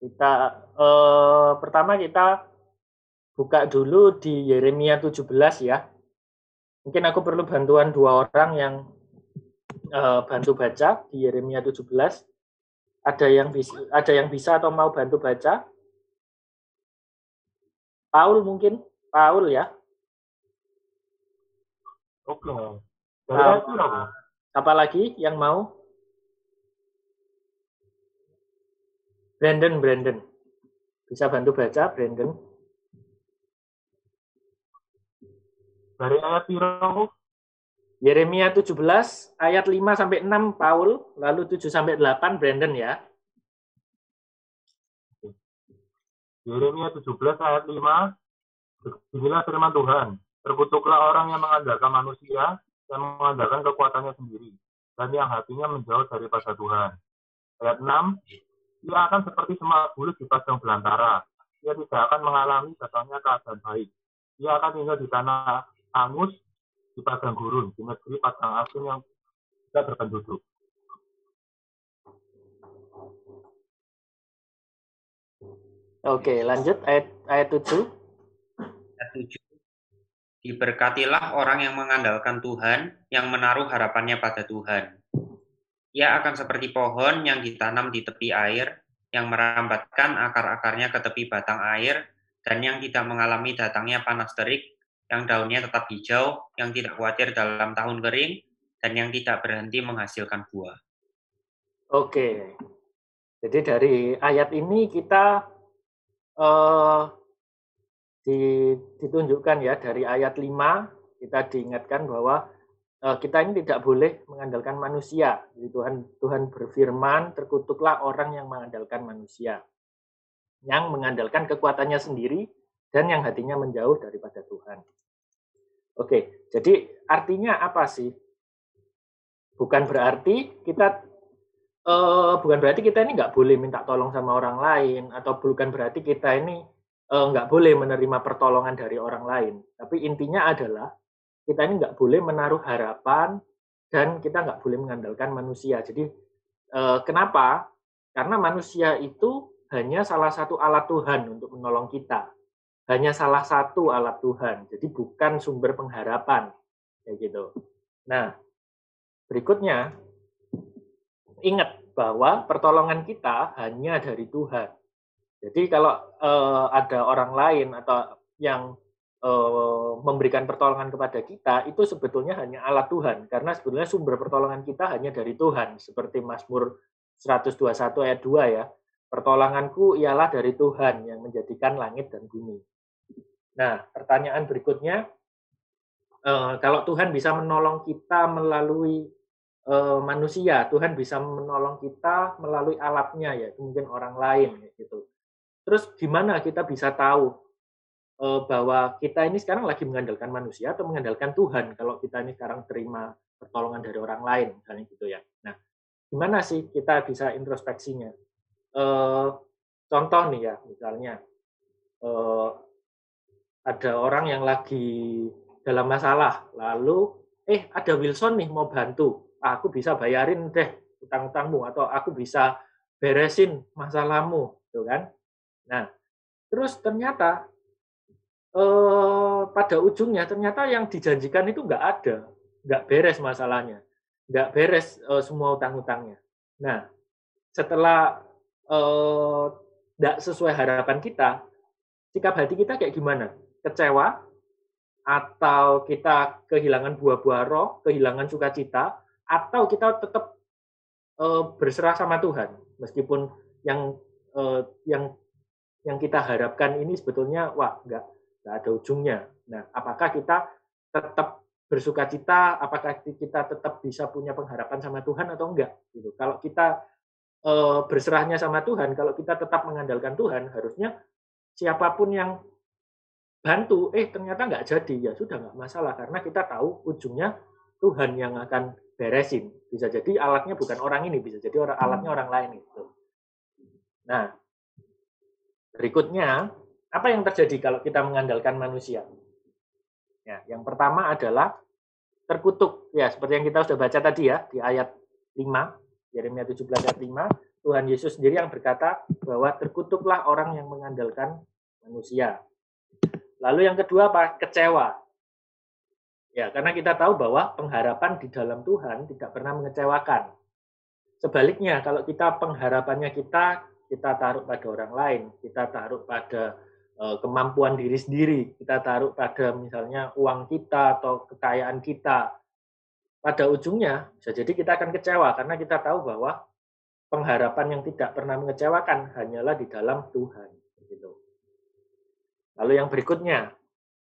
Kita pertama kita buka dulu di Yeremia 17 ya. Mungkin aku perlu bantuan 2 orang yang bantu baca di Yeremia 17. Ada yang bisa atau mau bantu baca? Paul mungkin? Paul ya. Oke. Dari ayat Sama berapa? apa lagi yang mau? Brandon. Bisa bantu baca, Brandon? Dari ayat berapa? Yeremia 17 ayat 5 sampai 6 Paul, lalu 7 sampai 8 Brandon ya. Yeremia 17 ayat 5. Beginilah firman Tuhan. Terkutuklah orang yang mengandalkan manusia, yang mengandalkan kekuatannya sendiri, dan yang hatinya menjauh daripada Tuhan. Ayat 6. Ia akan seperti semak bulus di padang belantara. Ia tidak akan mengalami datangnya keadaan baik. Ia akan tinggal di tanah angus, di padang gurun, di negeri padang asin yang tidak berpenduduk. Oke, lanjut ayat 7. Ayat 7. Diberkatilah orang yang mengandalkan Tuhan, yang menaruh harapannya pada Tuhan. Ia akan seperti pohon yang ditanam di tepi air, yang merambatkan akar-akarnya ke tepi batang air, dan yang tidak mengalami datangnya panas terik, yang daunnya tetap hijau, yang tidak khawatir dalam tahun kering, dan yang tidak berhenti menghasilkan buah. Oke. Jadi dari ayat ini kita ditunjukkan ya, dari ayat 5 kita diingatkan bahwa kita ini tidak boleh mengandalkan manusia. Jadi Tuhan berfirman, terkutuklah orang yang mengandalkan manusia, yang mengandalkan kekuatannya sendiri dan yang hatinya menjauh daripada Tuhan. Oke, jadi artinya apa sih? Bukan berarti kita ini nggak boleh minta tolong sama orang lain, atau bukan berarti kita ini nggak boleh menerima pertolongan dari orang lain. Tapi intinya adalah kita ini nggak boleh menaruh harapan dan kita nggak boleh mengandalkan manusia. Jadi kenapa? Karena manusia itu hanya salah satu alat Tuhan untuk menolong kita. Hanya salah satu alat Tuhan. Jadi bukan sumber pengharapan. Kayak gitu. Nah, berikutnya, ingat bahwa pertolongan kita hanya dari Tuhan. Jadi kalau ada orang lain atau yang memberikan pertolongan kepada kita, itu sebetulnya hanya alat Tuhan. Karena sebetulnya sumber pertolongan kita hanya dari Tuhan. Seperti Mazmur 121 ayat 2 ya. Pertolonganku ialah dari Tuhan yang menjadikan langit dan bumi. Nah, pertanyaan berikutnya, kalau Tuhan bisa menolong kita melalui manusia, Tuhan bisa menolong kita melalui alatnya ya, mungkin orang lain gitu. Terus gimana kita bisa tahu bahwa kita ini sekarang lagi mengandalkan manusia atau mengandalkan Tuhan kalau kita ini sekarang terima pertolongan dari orang lain, misalnya gitu ya. Nah, gimana sih kita bisa introspeksinya? Contoh nih ya, misalnya ada orang yang lagi dalam masalah, lalu ada Wilson nih mau bantu, aku bisa bayarin deh utang-utangmu, atau aku bisa beresin masalahmu, gitu kan? Nah, terus ternyata pada ujungnya ternyata yang dijanjikan itu nggak ada, nggak beres masalahnya, nggak beres semua utang-utangnya. Nah, setelah nggak sesuai harapan kita, sikap hati kita kayak gimana? Kecewa, atau kita kehilangan buah-buah roh, kehilangan sukacita, atau kita tetap berserah sama Tuhan, meskipun yang uh, yang yang kita harapkan ini sebetulnya nggak ada ujungnya. Nah, apakah kita tetap bersukacita? Apakah kita tetap bisa punya pengharapan sama Tuhan atau enggak? Gitu. Kalau kita berserahnya sama Tuhan, kalau kita tetap mengandalkan Tuhan, harusnya siapapun yang bantu, ternyata nggak jadi, ya sudah nggak masalah, karena kita tahu ujungnya Tuhan yang akan beresin. Bisa jadi alatnya bukan orang ini, bisa jadi alatnya orang lain itu. Nah, berikutnya, apa yang terjadi kalau kita mengandalkan manusia? Ya, yang pertama adalah terkutuk. Ya, seperti yang kita sudah baca tadi ya, di ayat 5, Yeremia 17 ayat 5, Tuhan Yesus sendiri yang berkata bahwa terkutuklah orang yang mengandalkan manusia. Lalu yang kedua apa? Kecewa. Ya, karena kita tahu bahwa pengharapan di dalam Tuhan tidak pernah mengecewakan. Sebaliknya, kalau kita pengharapannya kita taruh pada orang lain, kita taruh pada kemampuan diri sendiri, kita taruh pada misalnya uang kita atau kekayaan kita, pada ujungnya bisa jadi kita akan kecewa karena kita tahu bahwa pengharapan yang tidak pernah mengecewakan hanyalah di dalam Tuhan. Begitu. Lalu yang berikutnya,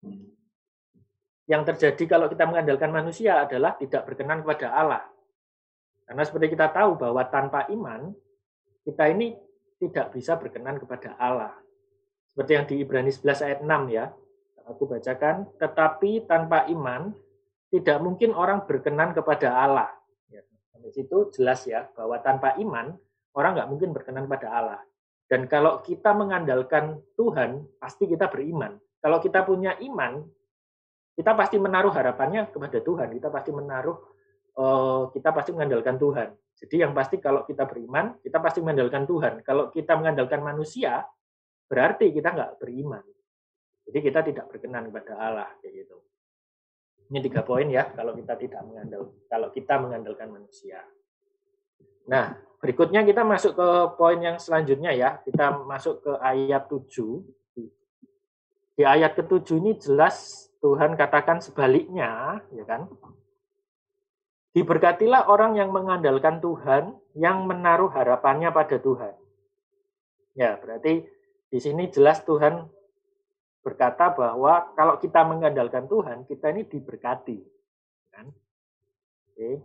yang terjadi kalau kita mengandalkan manusia adalah tidak berkenan kepada Allah. Karena seperti kita tahu bahwa tanpa iman, kita ini tidak bisa berkenan kepada Allah. Seperti yang di Ibrani 11 ayat 6 ya, aku bacakan, tetapi tanpa iman, tidak mungkin orang berkenan kepada Allah. Sampai situ jelas ya, bahwa tanpa iman, orang nggak mungkin berkenan pada Allah. Dan kalau kita mengandalkan Tuhan, pasti kita beriman. Kalau kita punya iman, kita pasti menaruh harapannya kepada Tuhan. Kita pasti mengandalkan Tuhan. Jadi yang pasti kalau kita beriman, kita pasti mengandalkan Tuhan. Kalau kita mengandalkan manusia, berarti kita nggak beriman. Jadi kita tidak berkenan kepada Allah, kayak gitu. Ini 3 poin ya, kalau kita mengandalkan manusia. Nah, berikutnya kita masuk ke poin yang selanjutnya ya. Kita masuk ke ayat 7. Di ayat ke-7 ini jelas Tuhan katakan sebaliknya, ya kan? Diberkatilah orang yang mengandalkan Tuhan, yang menaruh harapannya pada Tuhan. Ya, berarti di sini jelas Tuhan berkata bahwa kalau kita mengandalkan Tuhan, kita ini diberkati. Kan? Oke.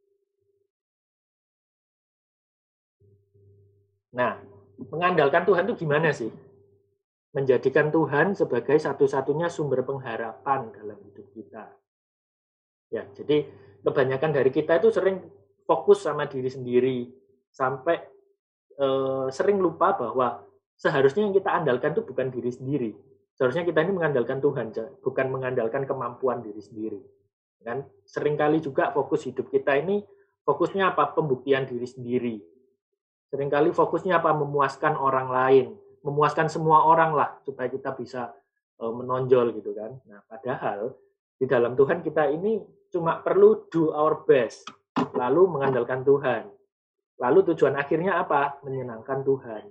Nah, mengandalkan Tuhan itu gimana sih? Menjadikan Tuhan sebagai satu-satunya sumber pengharapan dalam hidup kita. Ya, jadi kebanyakan dari kita itu sering fokus sama diri sendiri, sampai sering lupa bahwa seharusnya yang kita andalkan itu bukan diri sendiri. Seharusnya kita ini mengandalkan Tuhan, bukan mengandalkan kemampuan diri sendiri. Kan? Seringkali juga fokus hidup kita ini, fokusnya apa? Pembuktian diri sendiri. Seringkali fokusnya apa? Memuaskan orang lain. Memuaskan semua orang lah, supaya kita bisa menonjol gitu kan. Nah, padahal di dalam Tuhan kita ini cuma perlu do our best, lalu mengandalkan Tuhan. Lalu tujuan akhirnya apa? Menyenangkan Tuhan.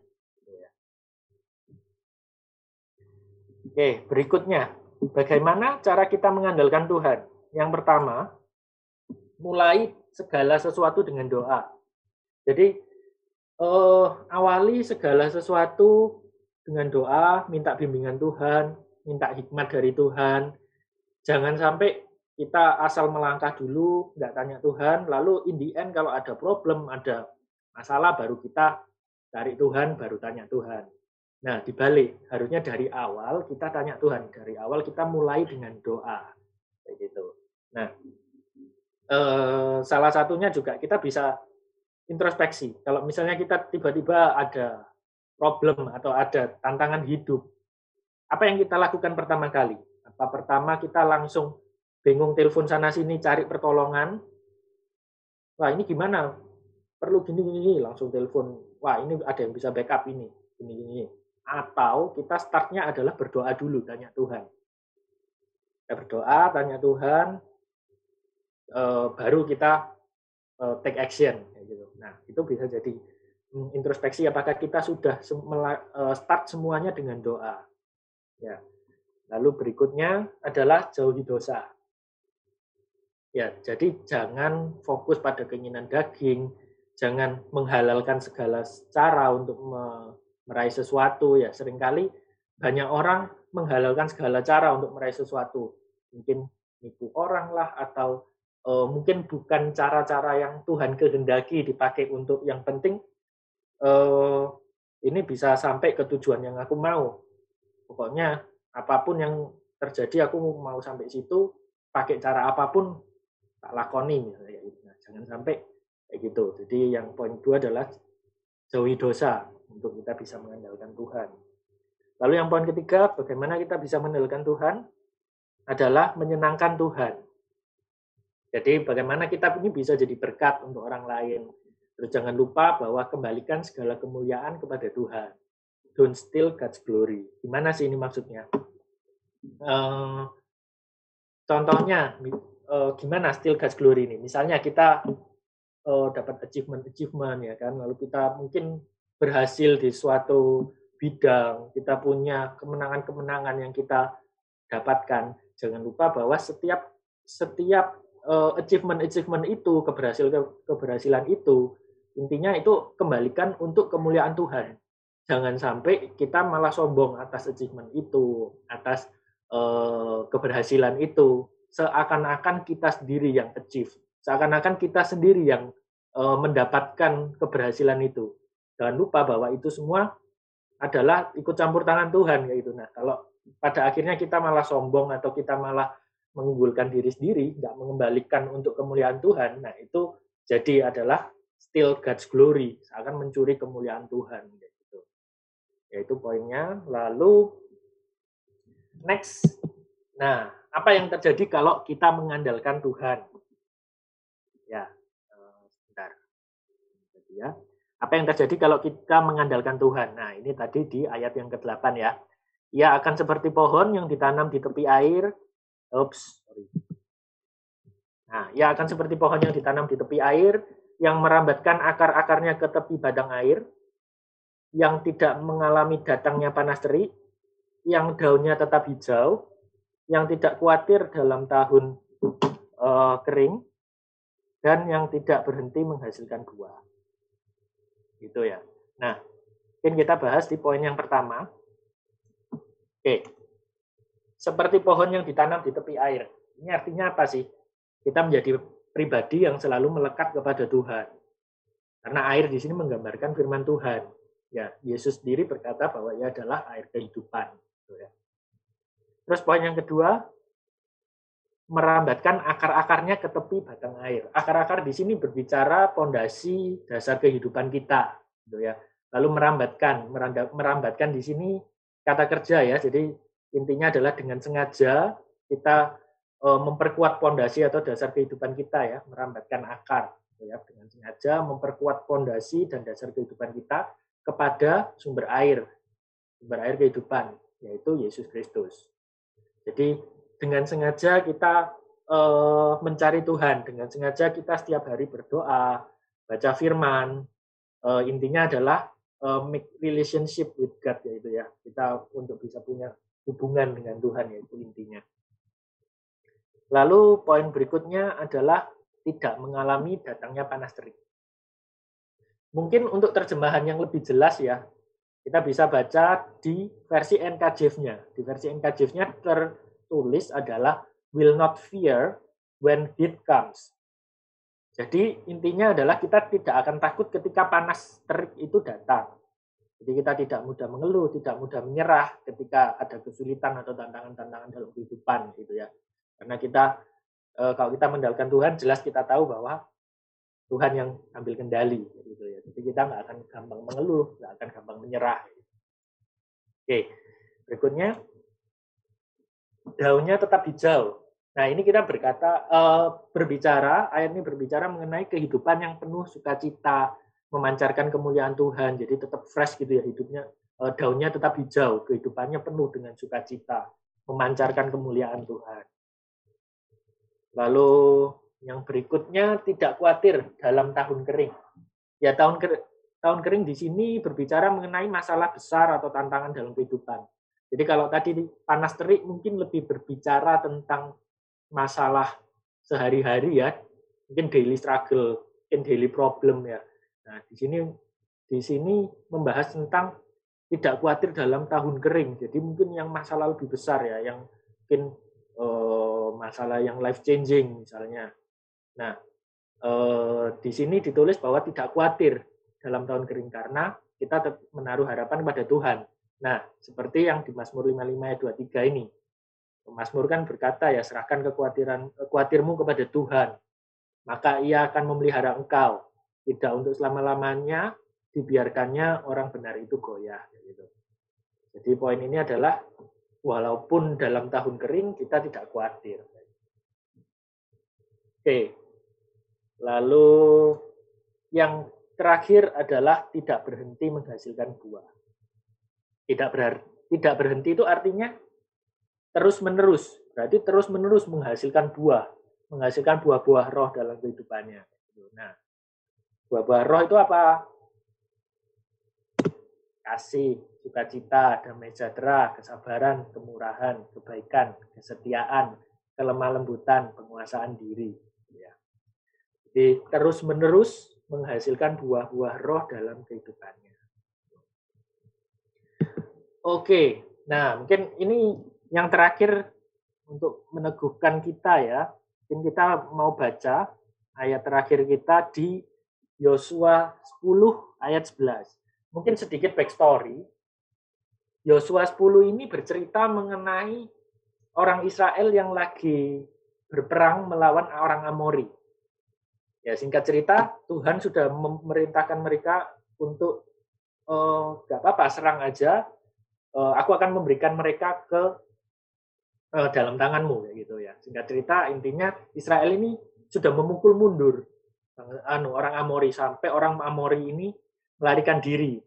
Oke, berikutnya. Bagaimana cara kita mengandalkan Tuhan? Yang pertama, mulai segala sesuatu dengan doa. Jadi, awali segala sesuatu dengan doa, minta bimbingan Tuhan, minta hikmat dari Tuhan. Jangan sampai kita asal melangkah dulu, nggak tanya Tuhan, lalu in the end kalau ada problem, ada masalah, baru kita cari Tuhan, baru tanya Tuhan. Nah, dibalik, harusnya dari awal kita tanya Tuhan, dari awal kita mulai dengan doa, kayak gitu. Nah, salah satunya juga kita bisa introspeksi. Kalau misalnya kita tiba-tiba ada problem atau ada tantangan hidup, apa yang kita lakukan pertama kali? Apa pertama kita langsung bingung telepon sana sini cari pertolongan? Wah, ini gimana? Perlu gini, langsung telepon. Wah, ini ada yang bisa backup ini, gini. Atau kita startnya adalah berdoa dulu, tanya Tuhan. Kita berdoa, tanya Tuhan, baru kita take action. Gitu. Nah, itu bisa jadi introspeksi apakah kita sudah start semuanya dengan doa. Ya. Lalu berikutnya adalah jauhi dosa. Ya, jadi jangan fokus pada keinginan daging, jangan menghalalkan segala cara untuk meraih sesuatu. Ya, seringkali banyak orang menghalalkan segala cara untuk meraih sesuatu. Mungkin nipu orang lah, atau mungkin bukan cara-cara yang Tuhan kehendaki dipakai untuk yang penting ini bisa sampai ke tujuan yang aku mau. Pokoknya apapun yang terjadi aku mau sampai situ, pakai cara apapun tak lakoni misalnya. Nah, jangan sampai kayak gitu. Jadi yang poin 2 adalah jauhi dosa untuk kita bisa mengandalkan Tuhan. Lalu yang poin ketiga, bagaimana kita bisa mengandalkan Tuhan adalah menyenangkan Tuhan. Jadi bagaimana kita ini bisa jadi berkat untuk orang lain. Terus jangan lupa bahwa kembalikan segala kemuliaan kepada Tuhan. Don't steal God's glory. Gimana sih ini maksudnya? Contohnya, gimana steal God's glory ini? Misalnya kita dapat achievement ya kan, lalu kita mungkin berhasil di suatu bidang, kita punya kemenangan-kemenangan yang kita dapatkan. Jangan lupa bahwa setiap achievement itu, keberhasilan itu, intinya itu kembalikan untuk kemuliaan Tuhan. Jangan sampai kita malah sombong atas achievement itu, atas keberhasilan itu, seakan-akan kita sendiri yang achieve, seakan-akan kita sendiri yang mendapatkan keberhasilan itu. Jangan lupa bahwa itu semua adalah ikut campur tangan Tuhan kayak gitu. Nah, kalau pada akhirnya kita malah sombong atau kita malah mengunggulkan diri sendiri, nggak mengembalikan untuk kemuliaan Tuhan, nah itu jadi adalah steal God's glory, seakan mencuri kemuliaan Tuhan. Gitu. Yaitu poinnya. Lalu next, nah apa yang terjadi kalau kita mengandalkan Tuhan? Ya, sebentar. Jadi ya, apa yang terjadi kalau kita mengandalkan Tuhan? Nah, ini tadi di ayat yang ke-8 ya. Ia akan seperti pohon yang ditanam di tepi air. Nah, ia akan seperti pohon yang ditanam di tepi air, yang merambatkan akar-akarnya ke tepi badang air, yang tidak mengalami datangnya panas terik, yang daunnya tetap hijau, yang tidak khawatir dalam tahun kering, dan yang tidak berhenti menghasilkan buah. Gitu ya. Nah, mungkin kita bahas di poin yang pertama. Oke. Seperti pohon yang ditanam di tepi air. Ini artinya apa sih? Kita menjadi pribadi yang selalu melekat kepada Tuhan. Karena air di sini menggambarkan firman Tuhan. Ya, Yesus sendiri berkata bahwa ia adalah air kehidupan. Terus poin yang kedua, merambatkan akar-akarnya ke tepi batang air. Akar-akar di sini berbicara pondasi dasar kehidupan kita, gitu ya. Lalu merambatkan di sini kata kerja ya. Jadi intinya adalah dengan sengaja kita memperkuat pondasi atau dasar kehidupan kita ya, merambatkan akar, gitu ya. Dengan sengaja memperkuat pondasi dan dasar kehidupan kita kepada sumber air kehidupan, yaitu Yesus Kristus. Jadi dengan sengaja kita mencari Tuhan, dengan sengaja kita setiap hari berdoa, baca firman, intinya adalah make relationship with God, yaitu ya, kita untuk bisa punya hubungan dengan Tuhan, yaitu intinya. Lalu poin berikutnya adalah tidak mengalami datangnya panas terik. Mungkin untuk terjemahan yang lebih jelas ya, kita bisa baca di versi NKJV-nya. Di versi NKJV-nya tertulis adalah will not fear when heat comes. Jadi intinya adalah kita tidak akan takut ketika panas terik itu datang. Jadi kita tidak mudah mengeluh, tidak mudah menyerah ketika ada kesulitan atau tantangan-tantangan dalam kehidupan gitu ya. Karena kita kalau kita mengandalkan Tuhan, jelas kita tahu bahwa Tuhan yang ambil kendali gitu ya. Jadi kita nggak akan gampang mengeluh, nggak akan gampang menyerah. Oke, berikutnya daunnya tetap hijau. Nah, ini kita ayat ini berbicara mengenai kehidupan yang penuh sukacita, memancarkan kemuliaan Tuhan. Jadi tetap fresh gitu ya hidupnya. Daunnya tetap hijau, kehidupannya penuh dengan sukacita, memancarkan kemuliaan Tuhan. Lalu yang berikutnya tidak khawatir dalam tahun kering. Ya, tahun kering di sini berbicara mengenai masalah besar atau tantangan dalam kehidupan. Jadi kalau tadi panas terik mungkin lebih berbicara tentang masalah sehari-hari ya, mungkin daily struggle, mungkin daily problem ya. Nah, di sini membahas tentang tidak khawatir dalam tahun kering. Jadi mungkin yang masalah lebih besar ya, yang mungkin masalah yang life changing misalnya. Nah, di sini ditulis bahwa tidak khawatir dalam tahun kering karena kita menaruh harapan pada Tuhan. Nah, seperti yang di Mazmur 55 ayat 23 ini. Mazmur kan berkata ya, serahkan khawatirmu kepada Tuhan, maka Ia akan memelihara engkau. Tidak untuk selama-lamanya dibiarkannya orang benar itu goyah. Gitu. Jadi poin ini adalah walaupun dalam tahun kering kita tidak khawatir. Oke. Lalu yang terakhir adalah tidak berhenti menghasilkan buah. Tidak berhenti itu artinya terus-menerus. Berarti terus-menerus menghasilkan buah-buah roh dalam kehidupannya. Nah, buah-buah roh itu apa? Kasih, sukacita, damai sejahtera, kesabaran, kemurahan, kebaikan, kesetiaan, kelemah lembutan, penguasaan diri. Ya. Jadi terus-menerus menghasilkan buah-buah roh dalam kehidupannya. Oke, nah mungkin ini yang terakhir untuk meneguhkan kita ya. Mungkin kita mau baca ayat terakhir kita di Yosua 10 ayat 11. Mungkin sedikit backstory. Yosua 10 ini bercerita mengenai orang Israel yang lagi berperang melawan orang Amori. Ya, singkat cerita, Tuhan sudah memerintahkan mereka untuk gak apa-apa, serang aja. Aku akan memberikan mereka ke dalam tanganmu, gitu ya. Singkat cerita, intinya Israel ini sudah memukul mundur orang Amori sampai orang Amori ini melarikan diri.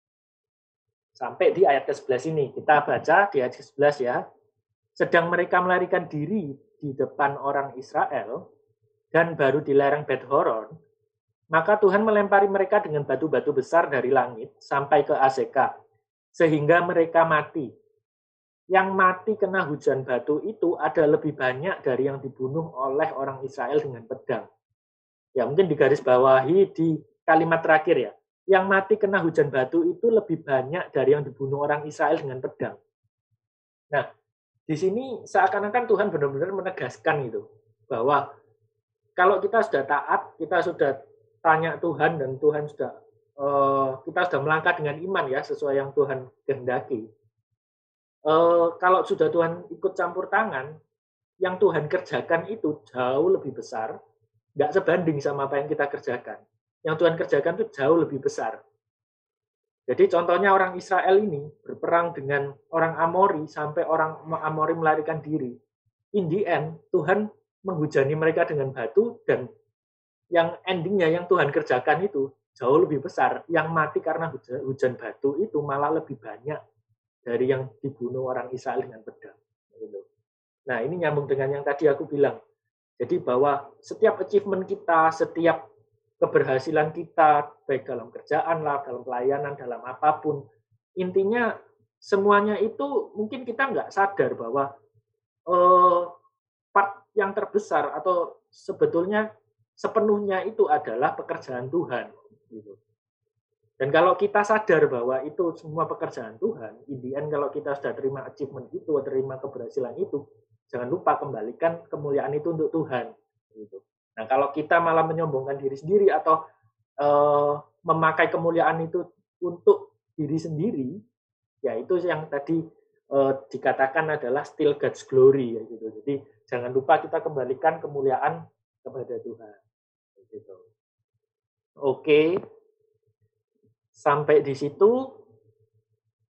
Sampai di ayat ke-11 ini, kita baca di ayat ke-11 ya. Sedang mereka melarikan diri di depan orang Israel dan baru di lereng Bet Horon, maka Tuhan melempari mereka dengan batu-batu besar dari langit sampai ke Azeka, sehingga mereka mati. Yang mati kena hujan batu itu ada lebih banyak dari yang dibunuh oleh orang Israel dengan pedang. Ya mungkin digarisbawahi di kalimat terakhir ya. Yang mati kena hujan batu itu lebih banyak dari yang dibunuh orang Israel dengan pedang. Nah, di sini seakan-akan Tuhan benar-benar menegaskan itu bahwa kalau kita sudah taat, kita sudah tanya Tuhan dan Tuhan sudah kita sudah melangkah dengan iman ya sesuai yang Tuhan kehendaki. Kalau sudah Tuhan ikut campur tangan, yang Tuhan kerjakan itu jauh lebih besar, nggak sebanding sama apa yang kita kerjakan. Yang Tuhan kerjakan itu jauh lebih besar. Jadi contohnya orang Israel ini berperang dengan orang Amori sampai orang Amori melarikan diri. In the end, Tuhan menghujani mereka dengan batu dan yang endingnya yang Tuhan kerjakan itu jauh lebih besar. Yang mati karena hujan batu itu malah lebih banyak dari yang dibunuh orang Israel dengan pedang. Nah ini nyambung dengan yang tadi aku bilang. Jadi bahwa setiap achievement kita, setiap keberhasilan kita, baik dalam kerjaan lah, dalam pelayanan, dalam apapun, intinya semuanya itu mungkin kita nggak sadar bahwa part yang terbesar atau sebetulnya sepenuhnya itu adalah pekerjaan Tuhan. Gitu. Dan kalau kita sadar bahwa itu semua pekerjaan Tuhan, in the end kalau kita sudah terima achievement itu, terima keberhasilan itu, jangan lupa kembalikan kemuliaan itu untuk Tuhan. Gitu. Nah kalau kita malah menyombongkan diri sendiri atau memakai kemuliaan itu untuk diri sendiri, ya itu yang tadi dikatakan adalah still God's glory. Ya, gitu. Jadi jangan lupa kita kembalikan kemuliaan kepada Tuhan. Gitu. Oke. Sampai di situ